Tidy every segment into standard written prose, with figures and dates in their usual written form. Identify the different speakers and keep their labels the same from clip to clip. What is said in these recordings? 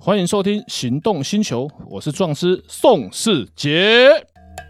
Speaker 1: 欢迎收听《行动星球》，我是壮师宋世杰。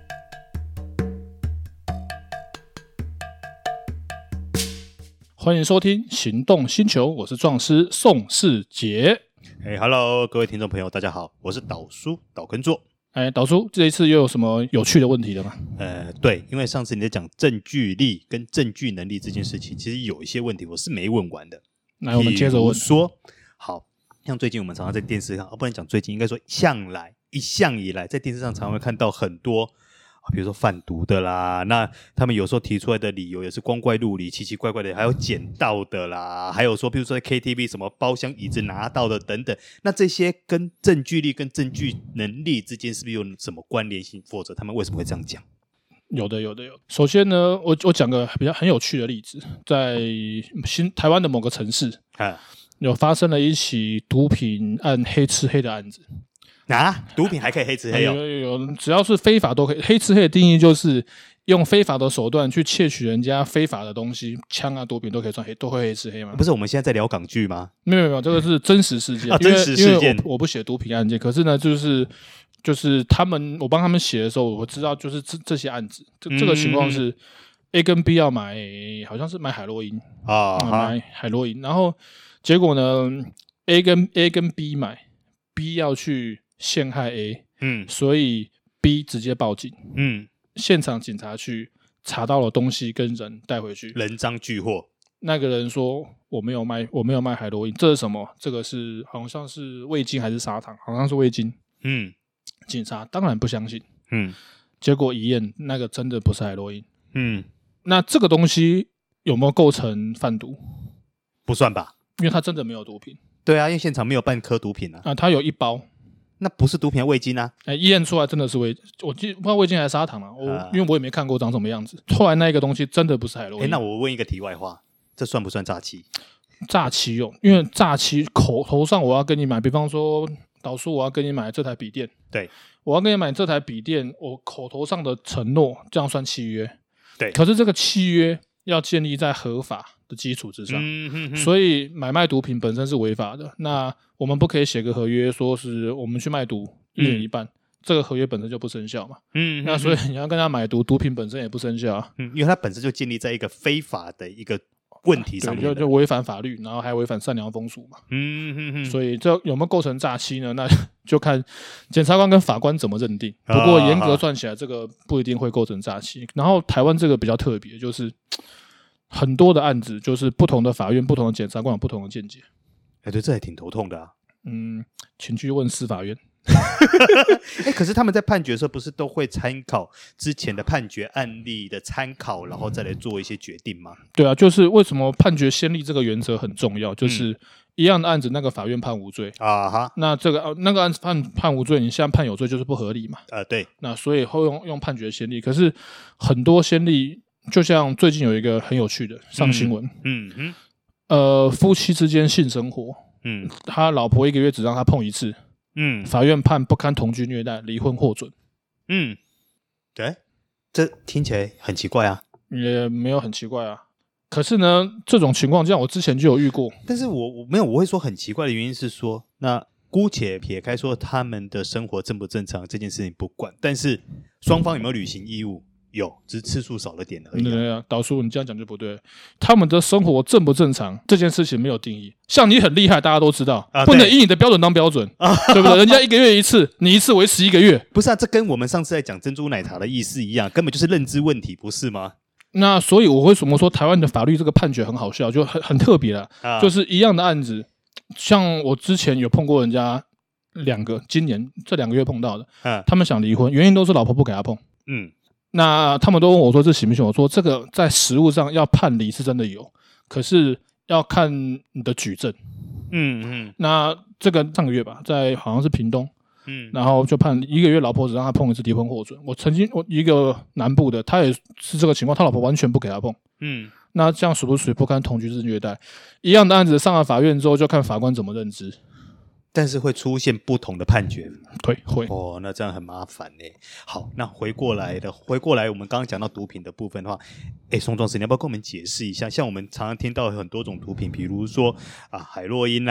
Speaker 1: 欢迎收听《行动星球》，我是壮师宋世杰。
Speaker 2: Hello， 各位听众朋友，大家好，我是导叔岛根座。
Speaker 1: 导叔，这一次又有什么有趣的问题了吗？
Speaker 2: 对，因为上次你在讲证据力跟证据能力这件事情，其实有一些问题我是没问完的。
Speaker 1: 来，我们接着问。
Speaker 2: 说好，像最近我们常常在电视上，不能讲最近，应该说一向以来，在电视上常会看到很多，比如说贩毒的啦，那他们有时候提出来的理由也是光怪陆离、奇奇怪怪的，还有捡到的啦，还有说，比如说在 KTV 什么包厢椅子拿到的等等，那这些跟证据力跟证据能力之间是不是有什么关联性？或者他们为什么会这样讲？
Speaker 1: 有的。首先呢，我讲个很有趣的例子，在台湾的某个城市有发生了一起毒品案黑吃黑的案子。
Speaker 2: 毒品还可以黑吃黑哦？
Speaker 1: 有，只要是非法都可以。黑吃黑的定义就是用非法的手段去窃取人家非法的东西，枪啊、毒品都可以算黑，都会黑吃黑吗？
Speaker 2: 不是，我们现在在聊港剧吗？
Speaker 1: 没有，这个是真实事件
Speaker 2: 真实事件。
Speaker 1: 因为我不写毒品案件，可是呢，就是我帮他们写的时候，我知道就是这些案子，这个情况是 A 跟 B 要买，好像是买海洛因买海洛因，然后结果呢 A 跟 B 买 ，B 要去陷害 A， 所以 B 直接报警，现场警察去查到了东西跟人带回去，
Speaker 2: 人赃俱获。
Speaker 1: 那个人说我没有卖海洛因，这是什么？这个是好像是味精还是砂糖？好像是味精。警察当然不相信。结果一验，那个真的不是海洛因。那这个东西有没有构成贩毒？
Speaker 2: 不算吧，
Speaker 1: 因为它真的没有毒品。
Speaker 2: 对啊，因为现场没有半颗毒品啊。
Speaker 1: 它有一包。
Speaker 2: 那不是毒品，味精啊！
Speaker 1: 验出来真的是味，我记不知道味精还是砂糖啊。因为我也没看过长什么样子。后来那一个东西真的不是海洛因。
Speaker 2: 那我问一个题外话，这算不算诈欺？
Speaker 1: 诈欺哦，因为诈欺口头上我要跟你买，比方说导叔我要跟你买这台笔电，
Speaker 2: 对，
Speaker 1: 我要跟你买这台笔电，我口头上的承诺，这样算契约。
Speaker 2: 对，
Speaker 1: 可是这个契约要建立在合法的基础之上，所以买卖毒品本身是违法的。那我们不可以写个合约，说是我们去卖毒，1年1半，这个合约本身就不生效嘛。那所以你要跟他买毒，毒品本身也不生效啊。
Speaker 2: 因为它本身就建立在一个非法的一个问题上面，
Speaker 1: 就违反法律，然后还违反善良风俗嘛。所以这有没有构成诈欺呢？那就看检察官跟法官怎么认定。不过严格算起来，这个不一定会构成诈欺。然后台湾这个比较特别，就是很多的案子，就是不同的法院、不同的检察官有不同的见解。
Speaker 2: 对，这还挺头痛的啊。
Speaker 1: 请去问司法院。
Speaker 2: 可是他们在判决的时候，不是都会参考之前的判决案例的参考，然后再来做一些决定吗？
Speaker 1: 对啊，就是为什么判决先例这个原则很重要，就是一样的案子，那个法院判无罪那那个案子判无罪，你现在判有罪就是不合理嘛。
Speaker 2: 对。
Speaker 1: 那所以会用判决先例，可是很多先例，就像最近有一个很有趣的上新闻，夫妻之间性生活，他老婆1个月只让他碰1次。法院判不堪同居虐待，离婚获准。
Speaker 2: 对，这听起来很奇怪啊。
Speaker 1: 也没有很奇怪啊。可是呢，这种情况，这样我之前就有遇过。
Speaker 2: 但是我会说很奇怪的原因是说，那姑且撇开说他们的生活正不正常这件事情不管，但是双方有没有履行义务？有，只是次数少了点而已。
Speaker 1: 对啊，导叔，你这样讲就不对。他们的生活正不正常这件事情没有定义。像你很厉害，大家都知道，不能以你的标准当标准，对不对？人家1个月1次，你1次维持1个月。
Speaker 2: 不是啊，这跟我们上次在讲珍珠奶茶的意思一样，根本就是认知问题，不是吗？那
Speaker 1: 所以我为什么说台湾的法律这个判决很好笑，就很特别啦。就是一样的案子，像我之前有碰过人家2个，今年这2个月碰到的，他们想离婚，原因都是老婆不给他碰。那他们都问我说这行不行？我说这个在实务上要判离是真的有，可是要看你的举证。那这个上个月吧，在好像是屏东，然后就判1个月，老婆只让他碰1次，离婚获准。我一个南部的，他也是这个情况，他老婆完全不给他碰。那这样属不属于不堪同居之虐待？一样的案子上了法院之后，就看法官怎么认知。
Speaker 2: 但是会出现不同的判决。
Speaker 1: 对，会。
Speaker 2: 那这样很麻烦耶。好，那回过来我们刚刚讲到毒品的部分的话，宋壮士，你要不要跟我们解释一下？像我们常常听到很多种毒品，比如说海洛因啊、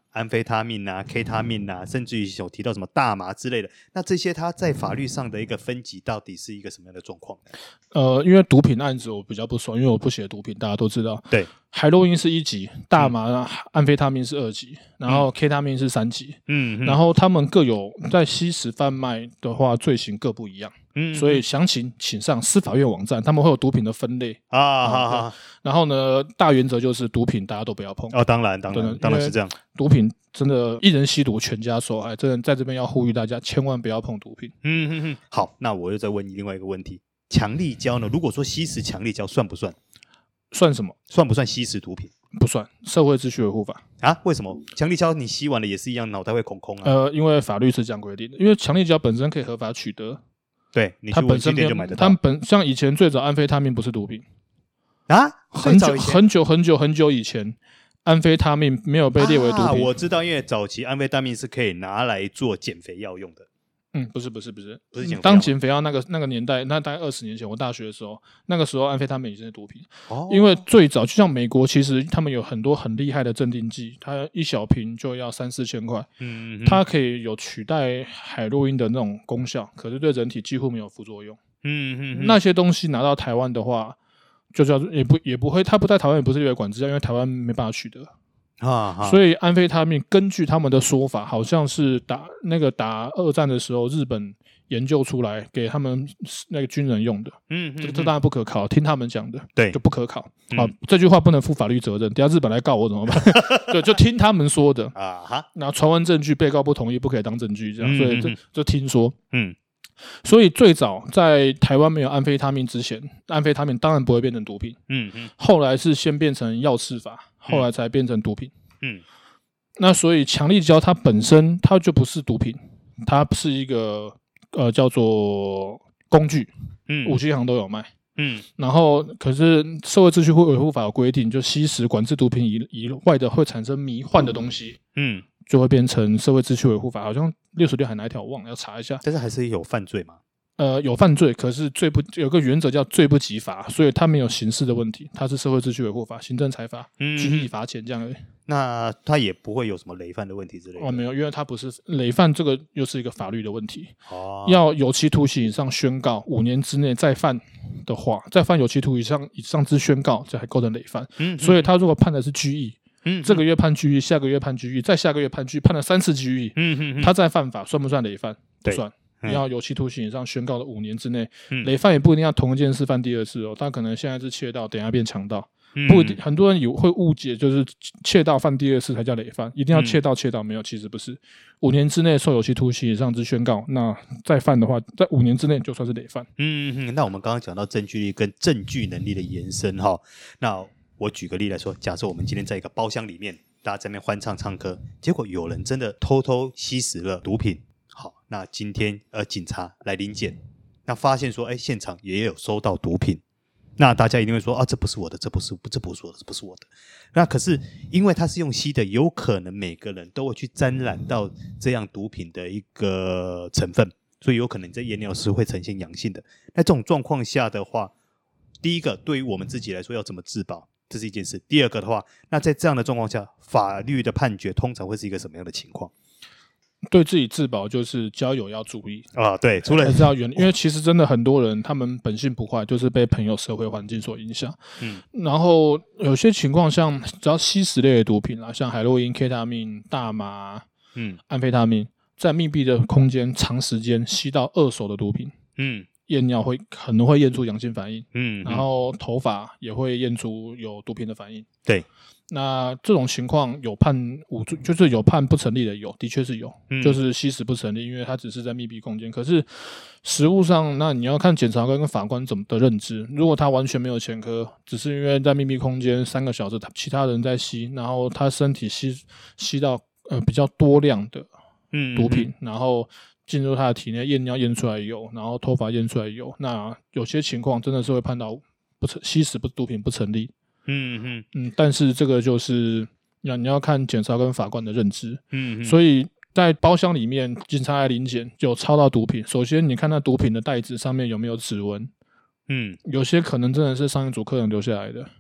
Speaker 2: 安非他命啊、K 他命啊，甚至于有提到什么大麻之类的，那这些它在法律上的一个分级到底是一个什么样的状况呢？
Speaker 1: 因为毒品案子我比较不熟，因为我不写毒品，大家都知道。
Speaker 2: 对，
Speaker 1: 海洛因是1级，大麻、安非他命是2级，然后 K 他命是3级。然后他们各有在吸食贩卖的话，罪行各不一样。所以详情请上司法院网站，他们会有毒品的分类
Speaker 2: 啊。
Speaker 1: 然后呢，大原则就是毒品大家都不要碰。
Speaker 2: 当然是这样。
Speaker 1: 毒品真的一人吸毒全家受害，真的在这边要呼吁大家千万不要碰毒品。
Speaker 2: 好，那我又再问你另外一个问题，强力胶呢？如果说吸食强力胶算不算？
Speaker 1: 算什么？
Speaker 2: 算不算吸食毒品？
Speaker 1: 不算，社会秩序维护法
Speaker 2: 啊？为什么？强力胶你吸完了也是一样，脑袋会空啊？
Speaker 1: 因为法律是这样规定的，因为强力胶本身可以合法取得。
Speaker 2: 对，你去文具店就买得到。
Speaker 1: 像以前最早安非他命不是毒品
Speaker 2: 啊，
Speaker 1: 很久以前，安非他命没有被列为毒品。
Speaker 2: 我知道，因为早期安非他命是可以拿来做减肥药用的。
Speaker 1: 不是减肥药。
Speaker 2: 当
Speaker 1: 减肥药那个年代，那大概20年前，我大学的时候，那个时候安非他命已经是毒品。因为最早就像美国，其实他们有很多很厉害的镇定剂，它一小瓶就要3-4千块。它可以有取代海洛因的那种功效，可是对人体几乎没有副作用。那些东西拿到台湾的话，就叫也不会，它不在台湾也不是列为管制，因为台湾没办法取得。所以安非他命根据他们的说法，好像是打二战的时候日本研究出来给他们那个军人用的。这当然不可考，听他们讲的，
Speaker 2: 对，
Speaker 1: 就不可考。这句话不能负法律责任，等下日本来告我怎么办？对，就听他们说的那传闻证据，被告不同意，不可以当证据，这样。所以就听说。所以最早在台湾没有安非他命之前，安非他命当然不会变成毒品。后来是先变成药事法，后来才变成毒品。那所以强力胶它本身它就不是毒品，它是一个叫做工具。武器行都有卖。然后可是社会秩序维护法有规定，就吸食管制毒品以外的会产生迷幻的东西。就会变成社会秩序维护法，好像66还哪一条忘了，要查一下。
Speaker 2: 但是还是有犯罪嘛？
Speaker 1: 有犯罪，可是有个原则叫罪不及罚，所以它没有刑事的问题，它是社会秩序维护法、行政裁罚、拘役、罚钱这样而已。
Speaker 2: 那它也不会有什么累犯的问题之类的？
Speaker 1: 没有，因为它不是累犯，这个又是一个法律的问题。要有期徒刑以上宣告5年之内再犯的话，再犯有期徒刑以上之宣告，这还构成累犯。所以他如果判的是拘役。这个月判拘役，下个月判拘役，再下个月判判了3次拘役。他再犯法算不算累犯？不算。你要有期徒刑以上宣告的5年之内。累犯也不一定要同一件事犯第2次哦，他可能现在是窃盗，等一下变强盗。不一定，很多人会误解，就是窃盗犯第2次才叫累犯，一定要窃盗没有，其实不是。5年之内受有期徒刑以上之宣告，那再犯的话，在5年之内就算是累犯。
Speaker 2: 那我们刚刚讲到证据力跟证据能力的延伸哈，那我举个例来说，假设我们今天在一个包厢里面，大家在那边欢唱唱歌，结果有人真的偷偷吸食了毒品。好，那今天警察来临检，那发现说，现场也有收到毒品，那大家一定会说这不是我的，这不是我的。那可是因为他是用吸的，有可能每个人都会去沾染到这样毒品的一个成分，所以有可能在验尿时会呈现阳性的。那这种状况下的话，第一个对于我们自己来说要怎么自保，这是一件事。第二个的话，那在这样的状况下，法律的判决通常会是一个什么样的情况？
Speaker 1: 对自己自保就是交友要注意
Speaker 2: 对，除了
Speaker 1: 还是要远，因为其实真的很多人他们本性不坏，就是被朋友、社会环境所影响。然后有些情况像只要吸食类的毒品啦，像海洛因、K 他命、大麻、安非他命，在密闭的空间长时间吸到2手的毒品，验尿可能会验出阳性反应。然后头发也会验出有毒品的反应。
Speaker 2: 对。
Speaker 1: 那这种情况有判就是有判不成立的，的确是有，就是吸食不成立，因为它只是在密闭空间。可是实务上，那你要看检察官跟法官怎么的认知。如果他完全没有前科，只是因为在密闭空间3个小时，其他人在吸，然后他身体吸到比较多量的毒品，然后进入他的体内，验尿验出来有，然后头发验出来有，那有些情况真的是会判到吸食毒品不成立。但是这个就是你要看检察跟法官的认知。所以在包厢里面，警察来临检有抄到毒品，首先你看那毒品的袋子上面有没有指纹。有些可能真的是上一组客人留下来的。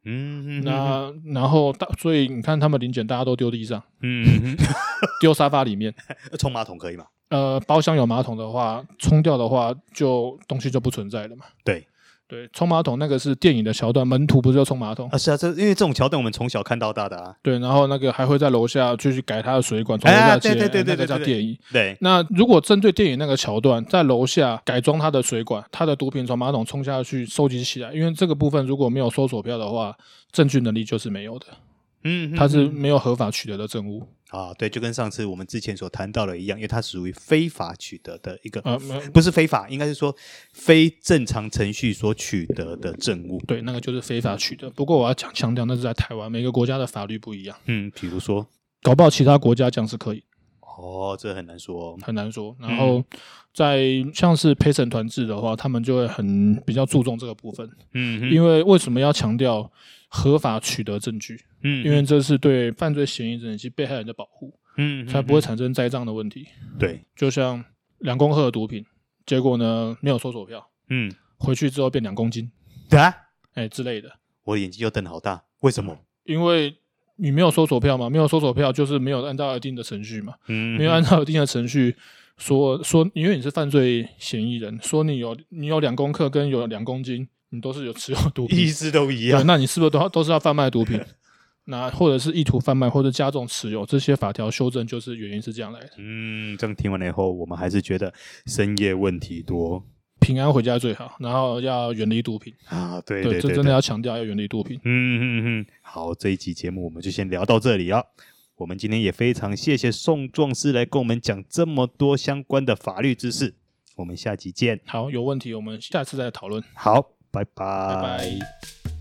Speaker 1: 那然后所以你看他们临检大家都丢地上，丢沙发里面。
Speaker 2: 冲马桶可以吗？
Speaker 1: 包厢有马桶的话，冲掉的话就东西就不存在了嘛。对，冲马桶那个是电影的桥段，门徒不是就冲马桶
Speaker 2: 啊？是啊，因为这种桥段我们从小看到大的啊。
Speaker 1: 对，然后那个还会在楼下去改他的水管，从楼下接，那个叫电影。
Speaker 2: 对，
Speaker 1: 那如果针对电影那个桥段，在楼下改装他的水管，他的毒品从马桶冲下去收集起来，因为这个部分如果没有搜索票的话，证据能力就是没有的。它是没有合法取得的证物
Speaker 2: 啊，对，就跟上次我们之前所谈到的一样，因为它属于非法取得的一个，不是非法，应该是说非正常程序所取得的证物。
Speaker 1: 对，那个就是非法取得。不过我要强调，那是在台湾，每个国家的法律不一样。
Speaker 2: 比如说，
Speaker 1: 搞不好其他国家这样是可以。
Speaker 2: 哦，这很难说，
Speaker 1: 很难说。然后在像是陪审团制的话，他们就会比较注重这个部分。因为为什么要强调合法取得证据？因为这是对犯罪嫌疑人以及被害人的保护。才不会产生栽赃的问题。
Speaker 2: 对，
Speaker 1: 就像2公克的毒品，结果呢没有搜索票，回去之后变2公斤之类的。
Speaker 2: 我的眼睛又瞪好大，为什么？
Speaker 1: 因为你没有搜索票嘛，没有搜索票就是没有按照一定的程序嘛，没有按照一定的程序说，因为你是犯罪嫌疑人，说你有2公克跟有2公斤，你都是有持有毒品，
Speaker 2: 意思都一样。
Speaker 1: 对，那你是不是都是要贩卖毒品？那或者是意图贩卖或者加重持有，这些法条修正就是原因是这样来的。
Speaker 2: 这样听完了以后，我们还是觉得深夜问题多，
Speaker 1: 平安回家最好，然后要远离毒品
Speaker 2: 啊！对，
Speaker 1: 这真的要强调要远离毒品。
Speaker 2: 好，这一集节目我们就先聊到这里啊。我们今天也非常谢谢宋壮士来跟我们讲这么多相关的法律知识，我们下集见。
Speaker 1: 好，有问题我们下次再讨论。
Speaker 2: 好，拜拜。
Speaker 1: 拜拜。